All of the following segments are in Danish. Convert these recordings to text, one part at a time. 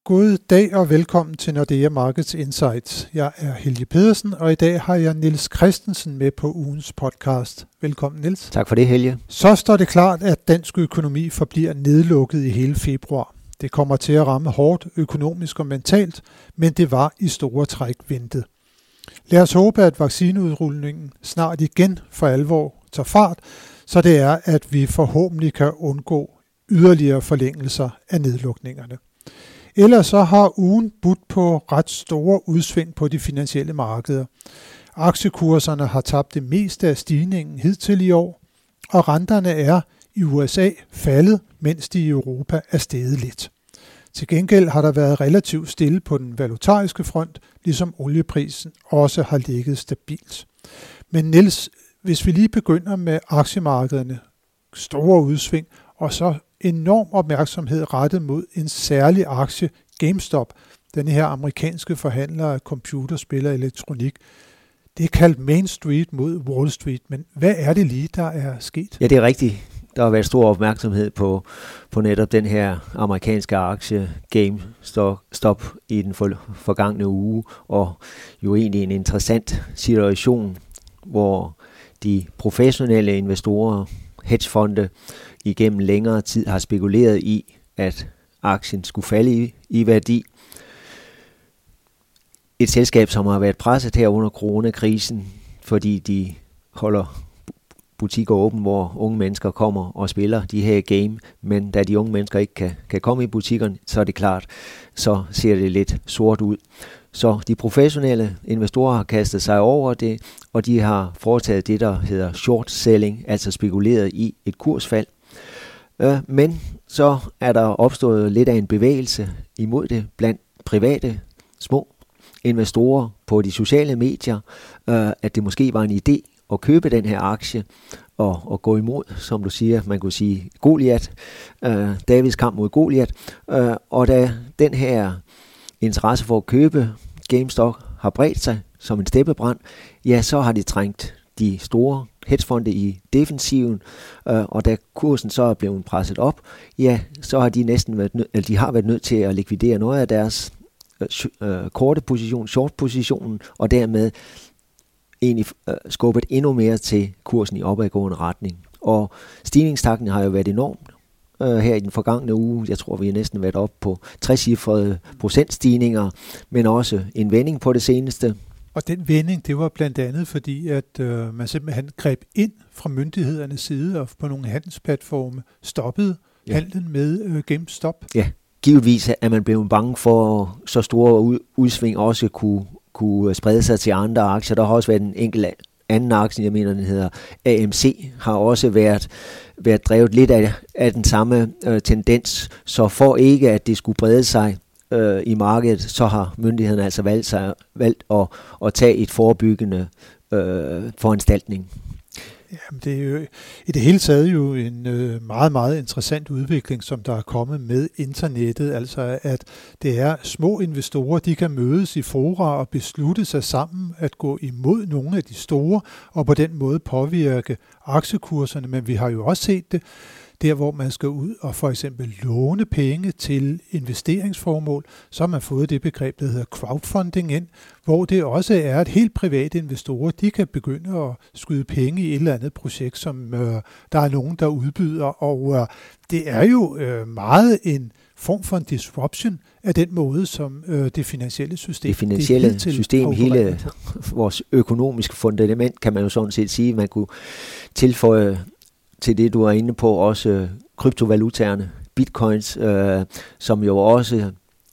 God dag og velkommen til Nordea Markets Insights. Jeg er Helge Pedersen, og i dag har jeg Niels Christensen med på ugens podcast. Velkommen, Niels. Tak for det, Helge. Så står det klart, at dansk økonomi forbliver nedlukket i hele februar. Det kommer til at ramme hårdt økonomisk og mentalt, men det var i store træk ventet. Lad os håbe, at vaccineudrulningen snart igen for alvor tager fart, så det er, at vi forhåbentlig kan undgå yderligere forlængelser af nedlukningerne. Ellers så har ugen budt på ret store udsving på de finansielle markeder. Aktiekurserne har tabt det meste af stigningen hidtil i år, og renterne er i USA faldet, mens de i Europa er steget lidt. Til gengæld har der været relativt stille på den valutariske front, ligesom olieprisen også har ligget stabilt. Men Niels, hvis vi lige begynder med aktiemarkederne, store udsving, og så enorm opmærksomhed rettet mod en særlig aktie, GameStop, den her amerikanske forhandler af computerspil og elektronik. Det er kaldt Main Street mod Wall Street, men hvad er det lige, der er sket? Ja, det er rigtigt. Der har været stor opmærksomhed på netop den her amerikanske aktie GameStop i den forgangne uge, og jo egentlig en interessant situation, hvor de professionelle investorer, hedgefonde, igennem længere tid har spekuleret i, at aktien skulle falde i værdi. Et selskab, som har været presset her under coronakrisen, fordi de holder butikker åben, hvor unge mennesker kommer og spiller de her game, men da de unge mennesker ikke kan komme i butikkerne, så er det klart, så ser det lidt sort ud. Så de professionelle investorer har kastet sig over det, og de har foretaget det, der hedder short selling, altså spekuleret i et kursfald. Men så er der opstået lidt af en bevægelse imod det blandt private små investorer på de sociale medier, at det måske var en idé at købe den her aktie og gå imod, som du siger, man kunne sige Goliat, Davids kamp mod Goliat, og da den her interesse for at købe GameStop har bredt sig som en steppebrand, ja, så har de trængt de store hedgefonde i defensiven, og da kursen så er blevet presset op, ja, så har de været nødt til at likvidere noget af deres korte position, short-positionen, og dermed egentlig skubbet endnu mere til kursen i opadgående retning. Og stigningstakten har jo været enorm her i den forgangne uge. Jeg tror, vi har næsten været op på 3-cifrede procentstigninger, men også en vending på det seneste. Og den vending, det var blandt andet fordi, at man simpelthen greb ind fra myndighedernes side og på nogle handelsplatforme stoppede handlen med GameStop. Ja, givetvis er man blevet bange for, så store udsving også kunne sprede sig til andre aktier. Der har også været en enkelt anden aktie, jeg mener, den hedder AMC, har også været drevet lidt af den samme tendens. Så for ikke, at det skulle brede sig i markedet, så har myndighederne altså valgt at tage et forebyggende foranstaltning. Jamen, det er jo i det hele taget jo en meget, meget interessant udvikling, som der er kommet med internettet. Altså at det er små investorer, de kan mødes i fora og beslutte sig sammen at gå imod nogle af de store, og på den måde påvirke aktiekurserne. Men vi har jo også set det, der hvor man skal ud og for eksempel låne penge til investeringsformål, så har man fået det begreb, der hedder crowdfunding ind, hvor det også er, at helt private investorer, de kan begynde at skyde penge i et eller andet projekt, som der er nogen, der udbyder, og det er jo meget en form for en disruption af den måde, som det finansielle system... Hele vores økonomiske fundament, kan man jo sådan set sige, man kunne tilføje til det, du er inde på, også kryptovalutaerne, bitcoins, som jo også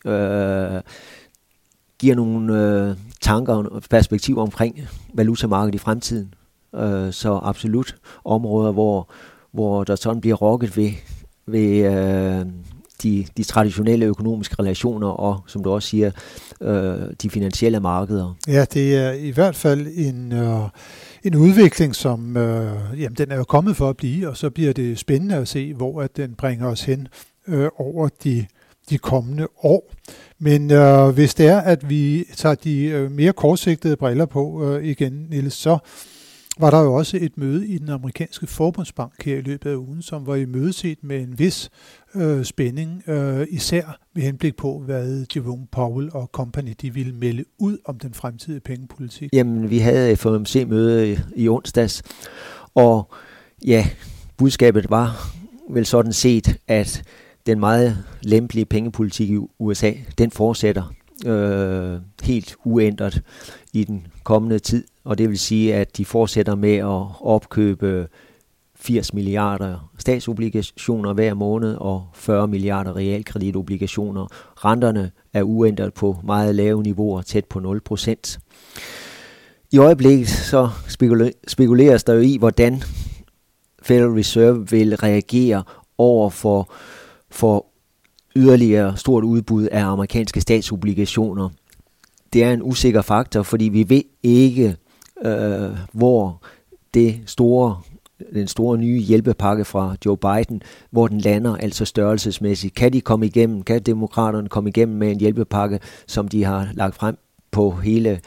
giver nogle tanker og perspektiver omkring valutamarkedet i fremtiden. Så absolut områder, hvor der sådan bliver rokket ved de traditionelle økonomiske relationer og, som du også siger, de finansielle markeder. Ja, det er i hvert fald en udvikling, som den er jo kommet for at blive, og så bliver det spændende at se, hvor at den bringer os hen over de kommende år. Men hvis det er, at vi tager de mere kortsigtede briller på igen, Niels, var der jo også et møde i den amerikanske forbundsbank her i løbet af ugen, som var imødeset med en vis spænding, især med henblik på, hvad Jerome Powell og company de ville melde ud om den fremtidige pengepolitik. Jamen, vi havde FOMC-møde i onsdags, og ja, budskabet var vel sådan set, at den meget lempelige pengepolitik i USA, den fortsætter helt uændret i den kommende tid, og det vil sige, at de fortsætter med at opkøbe 80 milliarder statsobligationer hver måned og 40 milliarder realkreditobligationer. Renterne er uændret på meget lave niveauer, tæt på 0%. I øjeblikket så spekuleres der jo i, hvordan Federal Reserve vil reagere over for yderligere stort udbud af amerikanske statsobligationer. Det er en usikker faktor, fordi vi ved ikke, hvor den store nye hjælpepakke fra Joe Biden, hvor den lander, altså størrelsesmæssigt. Kan demokraterne komme igennem med en hjælpepakke, som de har lagt frem på hele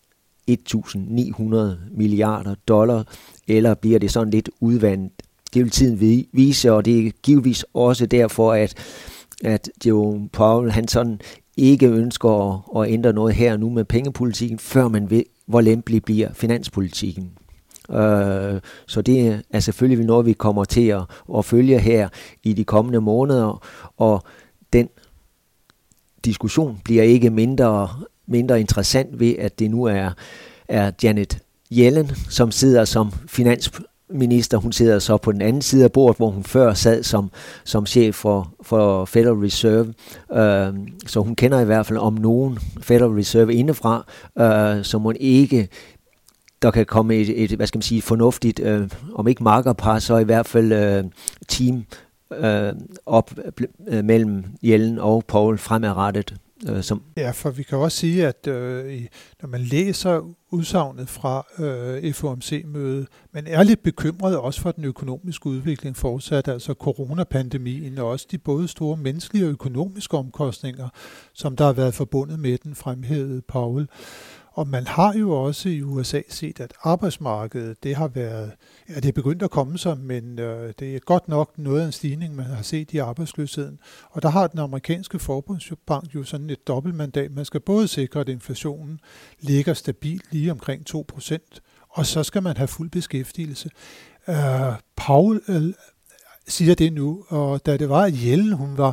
1.900 milliarder dollar, eller bliver det sådan lidt udvandet? Det vil tiden vise, og det er givetvis også derfor, at Jerome Powell, han sådan ikke ønsker at ændre noget her nu med pengepolitikken, før man ved, hvor lempelig bliver finanspolitikken. Så det er selvfølgelig noget, vi kommer til at følge her i de kommende måneder, og den diskussion bliver ikke mindre interessant ved, at det nu er Janet Yellen, som sidder som finansminister. Hun sidder så på den anden side af bordet, hvor hun før sad som chef for Federal Reserve. Så hun kender i hvert fald om nogen Federal Reserve indefra, så hun ikke der kan komme et hvad skal man sige, fornuftigt, om ikke makkerpar, så i hvert fald team op mellem Yellen og Powell fremadrettet. Ja, for vi kan også sige, at når man læser udsagnet fra FOMC-mødet, man er lidt bekymret også for den økonomiske udvikling fortsat, altså coronapandemien og også de både store menneskelige og økonomiske omkostninger, som der har været forbundet med den, fremhævede Powell. Og man har jo også i USA set, at arbejdsmarkedet, det har været, ja, det er begyndt at komme sig, men det er godt nok noget af en stigning, man har set i arbejdsløsheden. Og der har den amerikanske forbundsbank jo sådan et dobbeltmandat. Man skal både sikre, at inflationen ligger stabilt lige omkring 2%, og så skal man have fuld beskæftigelse. Powell siger det nu, og da det var at Yellen, hun var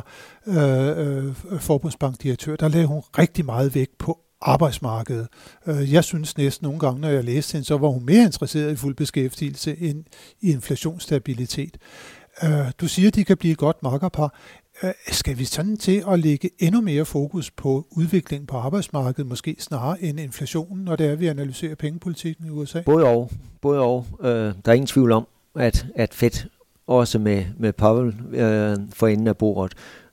forbundsbankdirektør, der lagde hun rigtig meget vægt på arbejdsmarkedet. Jeg synes næsten nogle gange, når jeg læste hende, så var hun mere interesseret i fuld beskæftigelse end i inflationsstabilitet. Du siger, at de kan blive et godt makkerpar. Skal vi sådan til at lægge endnu mere fokus på udviklingen på arbejdsmarkedet, måske snarere end inflationen, når det er, vi analyserer pengepolitikken i USA? Både og. Der er ingen tvivl om, at Fed også med Powell for enden af bordet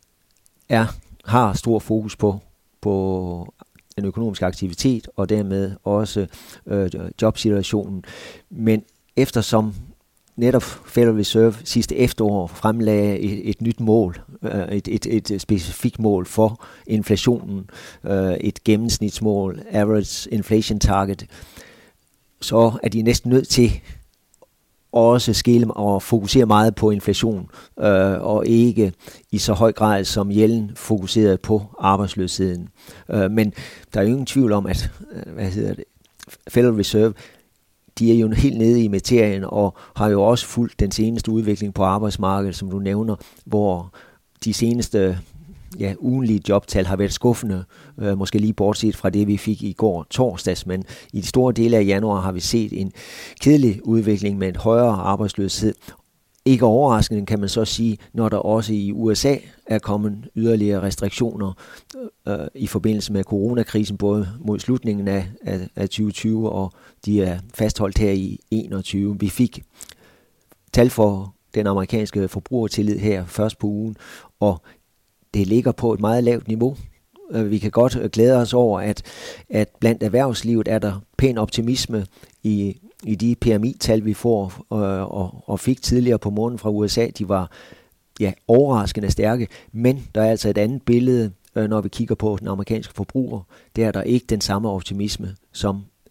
har stor fokus på den økonomiske aktivitet, og dermed også jobsituationen. Men eftersom netop Federal Reserve sidste efterår fremlagde et nyt mål, et specifikt mål for inflationen, et gennemsnitsmål, average inflation target, så er de næsten nødt til også skille og fokusere meget på inflation, og ikke i så høj grad som Yellen fokuserede på arbejdsløsheden. Men der er jo ingen tvivl om, at Federal Reserve, de er jo helt nede i materien og har jo også fulgt den seneste udvikling på arbejdsmarkedet, som du nævner, hvor de seneste ugenlige jobtal har været skuffende, måske lige bortset fra det, vi fik i går torsdags, men i de store dele af januar har vi set en kedelig udvikling med et højere arbejdsløshed. Ikke overraskende kan man så sige, når der også i USA er kommet yderligere restriktioner i forbindelse med coronakrisen, både mod slutningen af 2020, og de er fastholdt her i 2021. Vi fik tal for den amerikanske forbrugertillid her først på ugen, og det ligger på et meget lavt niveau. Vi kan godt glæde os over, at blandt erhvervslivet er der pæn optimisme i de PMI-tal, vi får og fik tidligere på morgenen fra USA. De var overraskende stærke, men der er altså et andet billede, når vi kigger på den amerikanske forbruger. Der er der ikke den samme optimisme, som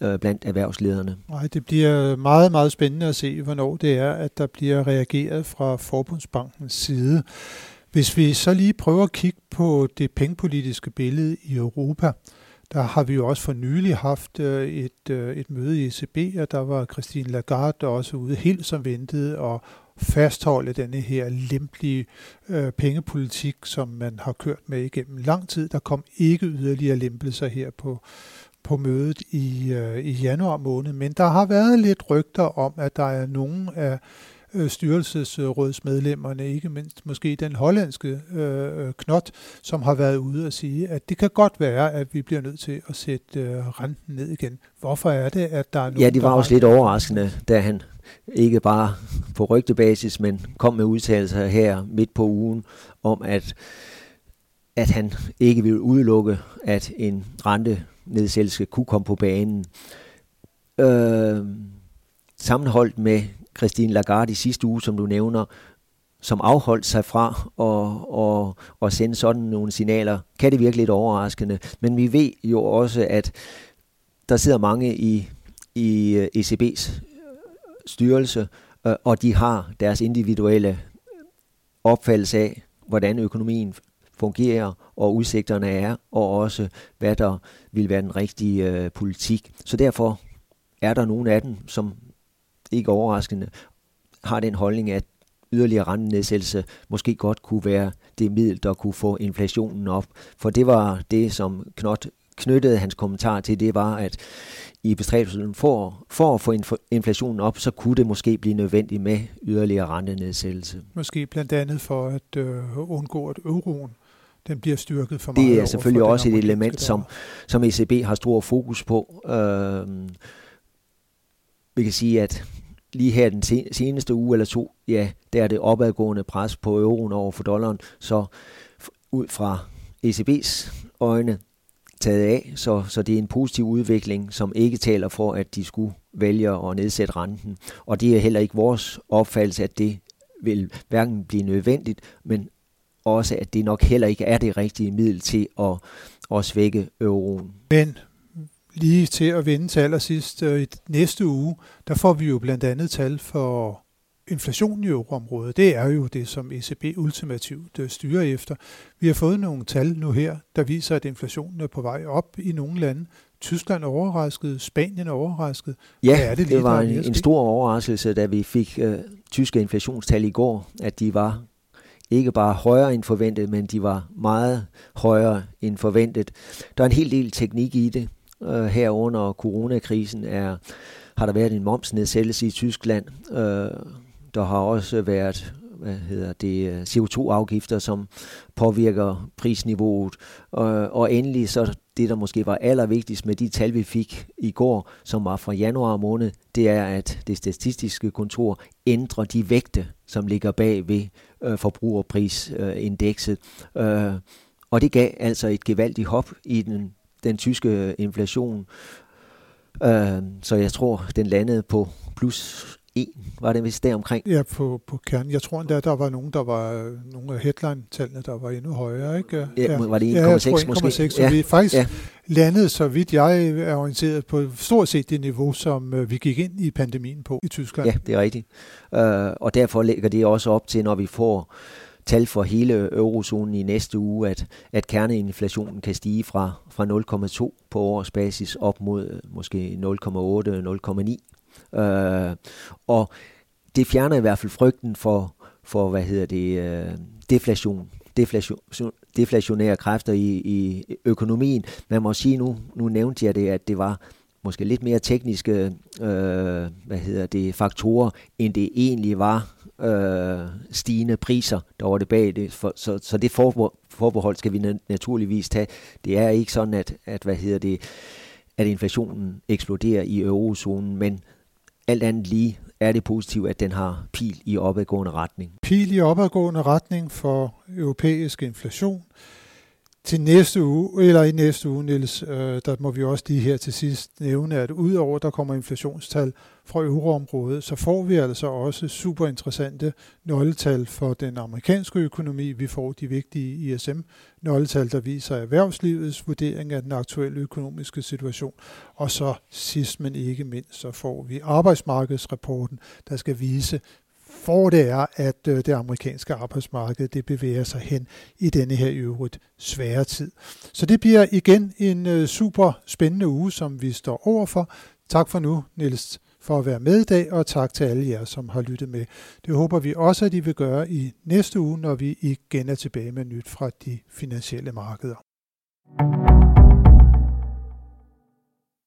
blandt erhvervslederne. Nej, det bliver meget, meget spændende at se, hvornår det er, at der bliver reageret fra Forbundsbankens side. Hvis vi så lige prøver at kigge på det pengepolitiske billede i Europa, der har vi jo også for nylig haft et møde i ECB, og der var Christine Lagarde også ude helt som ventede og fastholde denne her lempelige pengepolitik, som man har kørt med igennem lang tid. Der kom ikke yderligere lempelser her på mødet i januar måned, men der har været lidt rygter om, at der er nogle af styrelsesrådsmedlemmerne, ikke mindst måske den hollandske Knot, som har været ude og sige, at det kan godt være, at vi bliver nødt til at sætte renten ned igen. Hvorfor er det, at der er nogen, Ja, det var også lidt overraskende, da han ikke bare på rygtebasis, men kom med udtalelser her midt på ugen om, at han ikke ville udelukke, at en rentenedsættelse kunne komme på banen. Sammenholdt med Christine Lagarde i sidste uge, som du nævner, som afholdt sig fra at sende sådan nogle signaler, kan det virke lidt overraskende. Men vi ved jo også, at der sidder mange i ECB's styrelse, og de har deres individuelle opfattelse af, hvordan økonomien fungerer, og udsigterne er, og også hvad der vil være den rigtige politik. Så derfor er der nogle af dem, som ikke overraskende har den holdning, at yderligere rentenedsættelse måske godt kunne være det middel, der kunne få inflationen op. For det var det, som Knot knyttede hans kommentar til, det var, at i bestræbelsen for at få inflationen op, så kunne det måske blive nødvendigt med yderligere rentenedsættelse. Måske blandt andet for at undgå, at euroen den bliver styrket for meget. Det er selvfølgelig også et element, som ECB har stor fokus på. Vi kan sige, at lige her den seneste uge eller to, ja, der er det opadgående pres på euroen over for dollaren, så ud fra ECB's øjne taget af, så det er en positiv udvikling, som ikke taler for, at de skulle vælge at nedsætte renten. Og det er heller ikke vores opfattelse, at det vil hverken blive nødvendigt, men også, at det nok heller ikke er det rigtige middel til at svække euroen. Men lige til at vende til allersidst i næste uge, der får vi jo blandt andet tal for inflationen i euroområdet. Det er jo det, som ECB ultimativt styrer efter. Vi har fået nogle tal nu her, der viser, at inflationen er på vej op i nogle lande. Tyskland er overrasket, Spanien er overrasket. Ja, det var en stor overraskelse, da vi fik tyske inflationstal i går, at de var ikke bare højere end forventet, men de var meget højere end forventet. Der er en hel del teknik i det. Her under coronakrisen har der været en momsnedsættelse i Tyskland. Der har også været CO2-afgifter, som påvirker prisniveauet. Og endelig så det, der måske var allervigtigst med de tal, vi fik i går, som var fra januar måned, det er, at det statistiske kontor ændrer de vægte, som ligger bag ved forbrugerprisindekset. Og det gav altså et gevaldigt hop i den tyske inflation. Så jeg tror, den landede på plus 1, var det vist deromkring? Ja, på kernen. Jeg tror endda, der var nogle af headline-tallene, der var endnu højere, ikke? Ja, var det 1,6 måske? 1,6, så vi faktisk landede, så vidt jeg er orienteret, på stort set det niveau, som vi gik ind i pandemien på i Tyskland. Ja, det er rigtigt. Og derfor lægger det også op til, når vi får tal for hele eurozonen i næste uge, at kerneinflationen kan stige fra 0,2 på årsbasis op mod måske 0,8-0,9. Og det fjerner i hvert fald frygten for deflationære kræfter i økonomien. Man må sige nu nævnte jeg det, at det var måske lidt mere tekniske faktorer, end det egentlig var stigende priser, der var det bag det. Så det forbehold skal vi naturligvis tage. Det er ikke sådan, at inflationen eksploderer i eurozonen, men alt andet lige er det positivt, at den har pil i opadgående retning. Pil i opadgående retning for europæisk inflation. til næste uge, eller i næste uge, Niels, der må vi også lige her til sidst nævne, at udover der kommer inflationstal fra euroområdet, så får vi altså også super interessante nøgletal for den amerikanske økonomi. Vi får de vigtige ISM-nøgletal, der viser erhvervslivets vurdering af den aktuelle økonomiske situation. Og så sidst, men ikke mindst, så får vi arbejdsmarkedsrapporten, der skal vise, hvor det er, at det amerikanske arbejdsmarked det bevæger sig hen i denne her øvrigt svære tid. Så det bliver igen en super spændende uge, som vi står overfor. Tak for nu, Niels, for at være med i dag, og tak til alle jer, som har lyttet med. Det håber vi også, at I vil gøre i næste uge, når vi igen er tilbage med nyt fra de finansielle markeder.